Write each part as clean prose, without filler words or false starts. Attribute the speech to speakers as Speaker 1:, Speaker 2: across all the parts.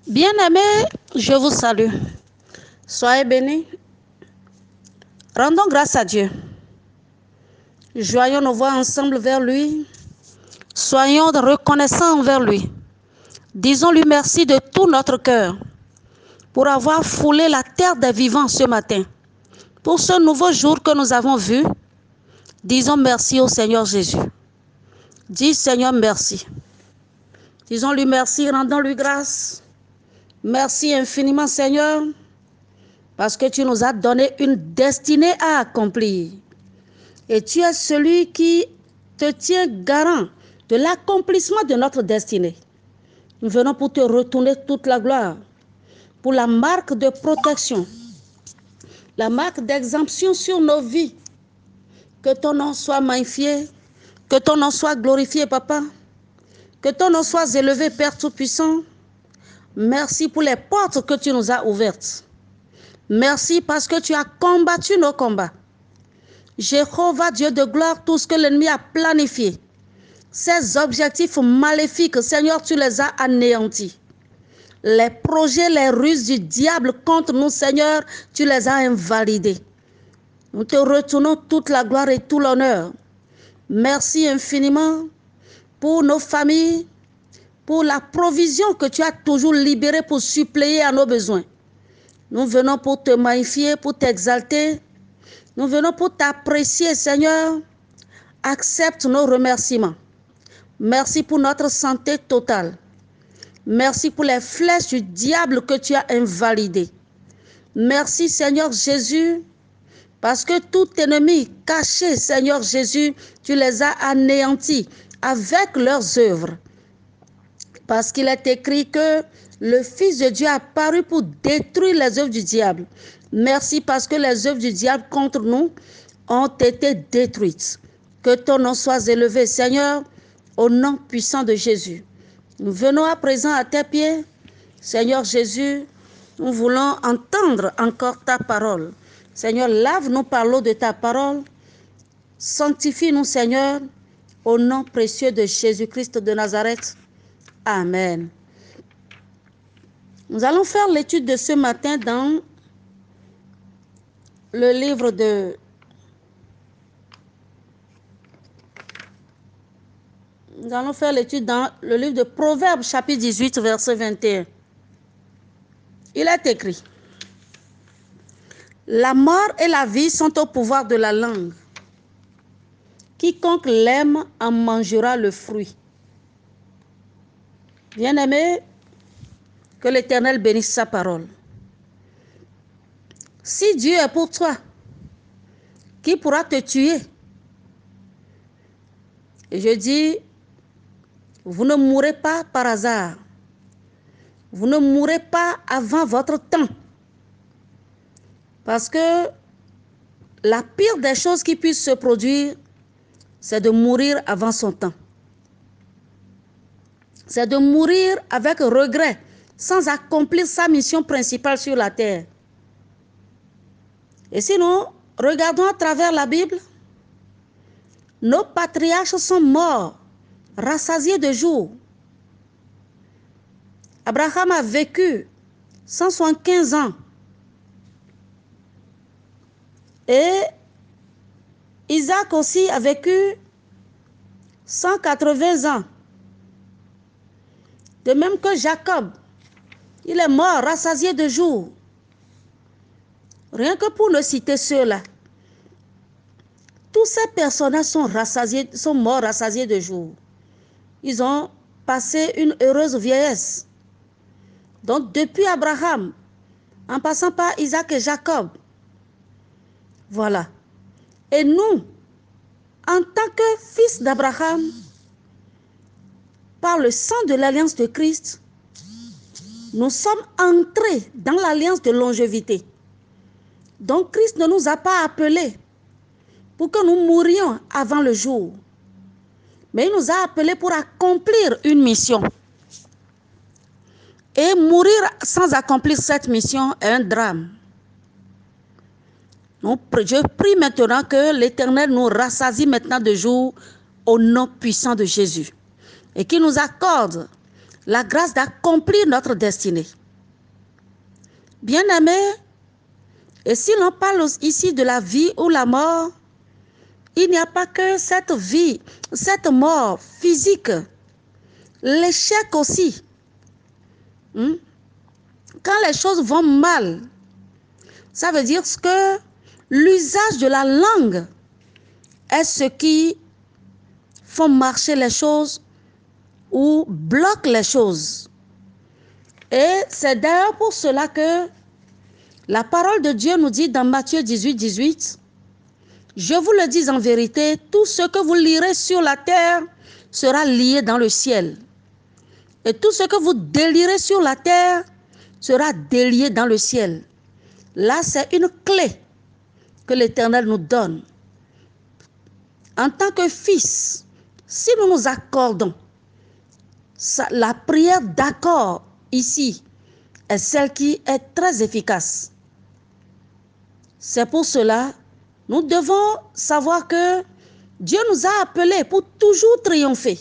Speaker 1: Bien-aimés, je vous salue. Soyez bénis. Rendons grâce à Dieu. Joignons nos voix ensemble vers lui. Soyons reconnaissants envers lui. Disons-lui merci de tout notre cœur pour avoir foulé la terre des vivants ce matin. Pour ce nouveau jour que nous avons vu, disons merci au Seigneur Jésus. Dis Seigneur merci. Disons-lui merci, rendons-lui grâce. Merci infiniment Seigneur, parce que tu nous as donné une destinée à accomplir. Et tu es celui qui te tient garant de l'accomplissement de notre destinée. Nous venons pour te retourner toute la gloire, pour la marque de protection, la marque d'exemption sur nos vies. Que ton nom soit magnifié, que ton nom soit glorifié, Papa. Que ton nom soit élevé, Père Tout-Puissant. Merci pour les portes que tu nous as ouvertes. Merci parce que tu as combattu nos combats. Jéhovah, Dieu de gloire, tout ce que l'ennemi a planifié, ces objectifs maléfiques, Seigneur, tu les as anéantis. Les projets, les ruses du diable contre nous, Seigneur, tu les as invalidés. Nous te retournons toute la gloire et tout l'honneur. Merci infiniment pour nos familles, pour la provision que tu as toujours libérée pour suppléer à nos besoins. Nous venons pour te magnifier, pour t'exalter. Nous venons pour t'apprécier, Seigneur. Accepte nos remerciements. Merci pour notre santé totale. Merci pour les flèches du diable que tu as invalidées. Merci, Seigneur Jésus, parce que tout ennemi caché, Seigneur Jésus, tu les as anéantis avec leurs œuvres. Parce qu'il est écrit que le Fils de Dieu a apparu pour détruire les œuvres du diable. Merci parce que les œuvres du diable contre nous ont été détruites. Que ton nom soit élevé, Seigneur, au nom puissant de Jésus. Nous venons à présent à tes pieds. Seigneur Jésus, nous voulons entendre encore ta parole. Seigneur, lave-nous par l'eau de ta parole. Sanctifie-nous, Seigneur, au nom précieux de Jésus-Christ de Nazareth. Amen. Nous allons faire l'étude de ce matin dans le livre de... Nous allons faire l'étude dans le livre de Proverbes, chapitre 18, verset 21. Il est écrit: la mort et la vie sont au pouvoir de la langue. Quiconque l'aime en mangera le fruit. Bien-aimé, que l'Éternel bénisse sa parole. Si Dieu est pour toi, qui pourra te tuer? Et je dis, vous ne mourrez pas par hasard. Vous ne mourrez pas avant votre temps. Parce que la pire des choses qui puissent se produire, c'est de mourir avant son temps. C'est de mourir avec regret, sans accomplir sa mission principale sur la terre. Et sinon, regardons à travers la Bible. Nos patriarches sont morts, rassasiés de jours. Abraham a vécu 175 ans. Et Isaac aussi a vécu 180 ans. De même que Jacob, il est mort, rassasié de jours. Rien que pour ne citer ceux-là. Tous ces personnages sont morts, rassasiés de jours. Ils ont passé une heureuse vieillesse. Donc depuis Abraham, en passant par Isaac et Jacob, voilà. Et nous, en tant que fils d'Abraham, par le sang de l'alliance de Christ, nous sommes entrés dans l'alliance de longévité. Donc Christ ne nous a pas appelés pour que nous mourions avant le jour. Mais il nous a appelés pour accomplir une mission. Et mourir sans accomplir cette mission est un drame. Donc, je prie maintenant que l'Éternel nous rassasie maintenant de jour au nom puissant de Jésus. Et qu'il nous accorde la grâce d'accomplir notre destinée. Bien-aimés, et si l'on parle ici de la vie ou la mort, il n'y a pas que cette vie, cette mort physique, l'échec aussi. Quand les choses vont mal, ça veut dire que l'usage de la langue est ce qui fait marcher les choses ou bloque les choses. Et c'est d'ailleurs pour cela que la parole de Dieu nous dit dans Matthieu 18, 18, « Je vous le dis en vérité, tout ce que vous lirez sur la terre sera lié dans le ciel. Et tout ce que vous délirez sur la terre sera délié dans le ciel. » Là, c'est une clé que l'Éternel nous donne. En tant que fils, si nous nous accordons, la prière d'accord ici est celle qui est très efficace. C'est pour cela, nous devons savoir que Dieu nous a appelés pour toujours triompher.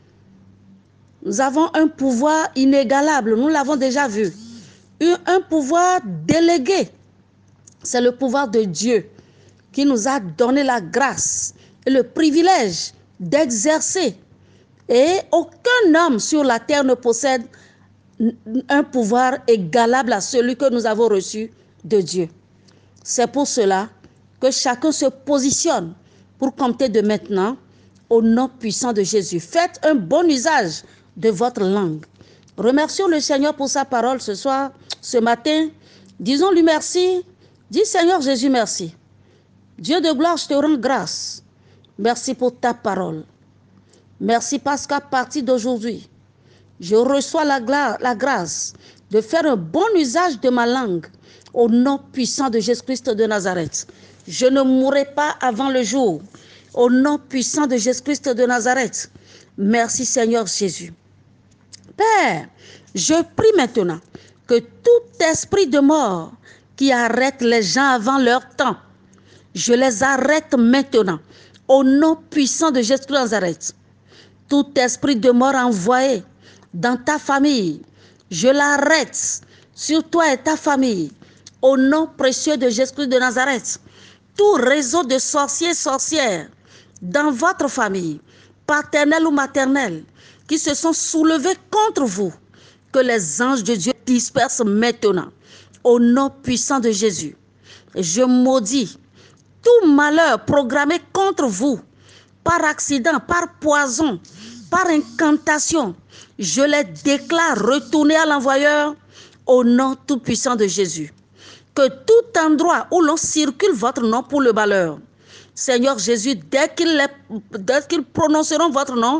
Speaker 1: Nous avons un pouvoir inégalable, nous l'avons déjà vu. Un pouvoir délégué. C'est le pouvoir de Dieu qui nous a donné la grâce et le privilège d'exercer. Et aucun homme sur la terre ne possède un pouvoir égalable à celui que nous avons reçu de Dieu. C'est pour cela que chacun se positionne pour compter de maintenant au nom puissant de Jésus. Faites un bon usage de votre langue. Remercions le Seigneur pour sa parole ce soir, ce matin. Disons-lui merci. Dis Seigneur Jésus, merci. Dieu de gloire, je te rends grâce. Merci pour ta parole. Merci parce qu'à partir d'aujourd'hui, je reçois la grâce de faire un bon usage de ma langue au nom puissant de Jésus-Christ de Nazareth. Je ne mourrai pas avant le jour. Au nom puissant de Jésus-Christ de Nazareth. Merci Seigneur Jésus. Père, je prie maintenant que tout esprit de mort qui arrête les gens avant leur temps, je les arrête maintenant au nom puissant de Jésus de Nazareth. Tout esprit de mort envoyé dans ta famille, je l'arrête sur toi et ta famille au nom précieux de Jésus de Nazareth. Tout réseau de sorciers, sorcières dans votre famille, paternelle ou maternelle, qui se sont soulevés contre vous, que les anges de Dieu dispersent maintenant au nom puissant de Jésus. Je maudis tout malheur programmé contre vous, par accident, par poison, par incantation. Je les déclare retourner à l'envoyeur au nom tout puissant de Jésus. Que tout endroit où l'on circule votre nom pour le malheur, Seigneur Jésus, dès qu'ils prononceront votre nom,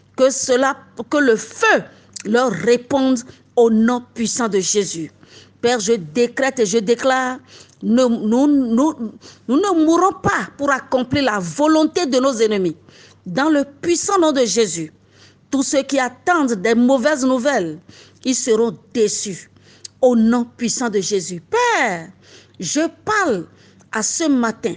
Speaker 1: que le feu leur réponde au nom puissant de Jésus. Père, je décrète et je déclare, nous ne mourrons pas pour accomplir la volonté de nos ennemis. Dans le puissant nom de Jésus, tous ceux qui attendent des mauvaises nouvelles, ils seront déçus. Au nom puissant de Jésus. Père, je parle à ce matin.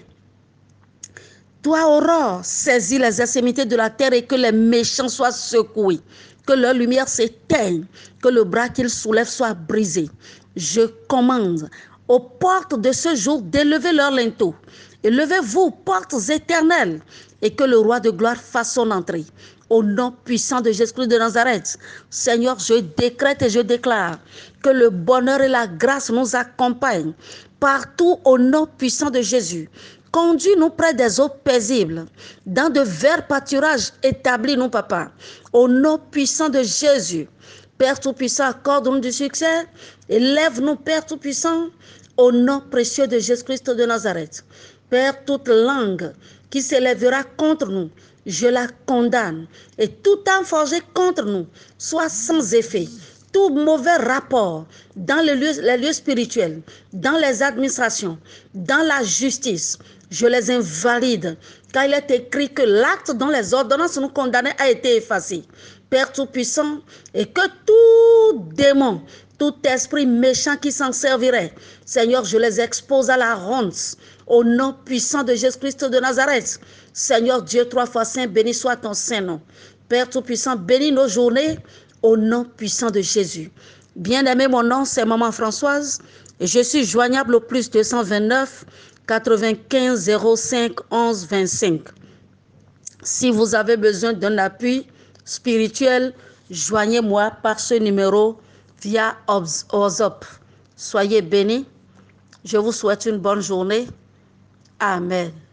Speaker 1: Toi, Aurore, saisis les extrémités de la terre et que les méchants soient secoués. Que leur lumière s'éteigne, que le bras qu'ils soulèvent soit brisé. Je commande aux portes de ce jour d'élever leur linteau. Élevez-vous, portes éternelles, et que le roi de gloire fasse son entrée. Au nom puissant de Jésus-Christ de Nazareth, Seigneur, je décrète et je déclare que le bonheur et la grâce nous accompagnent partout au nom puissant de Jésus. Conduis-nous près des eaux paisibles, dans de verts pâturages établis, nous, Papa. Au nom puissant de Jésus, Père Tout-Puissant, accorde-nous du succès. Élève-nous, Père Tout-Puissant, au nom précieux de Jésus-Christ de Nazareth. Père, toute langue qui s'élèvera contre nous, je la condamne. Et tout âme forgé contre nous soit sans effet. Tout mauvais rapport dans les lieux spirituels, dans les administrations, dans la justice, je les invalide. Car il est écrit que l'acte dont les ordonnances nous condamnaient a été effacé. Père Tout-Puissant, et que tout démon, tout esprit méchant qui s'en servirait, Seigneur, je les expose à la honte, au nom puissant de Jésus-Christ de Nazareth. Seigneur Dieu, 3 fois saint, béni soit ton saint nom. Père Tout-Puissant, bénis nos journées, au nom puissant de Jésus. Bien-aimé, mon nom, c'est Maman Françoise et je suis joignable au plus 229 95 05 11 25. Si vous avez besoin d'un appui spirituel, joignez-moi par ce numéro via WhatsApp. Soyez bénis. Je vous souhaite une bonne journée. Amen.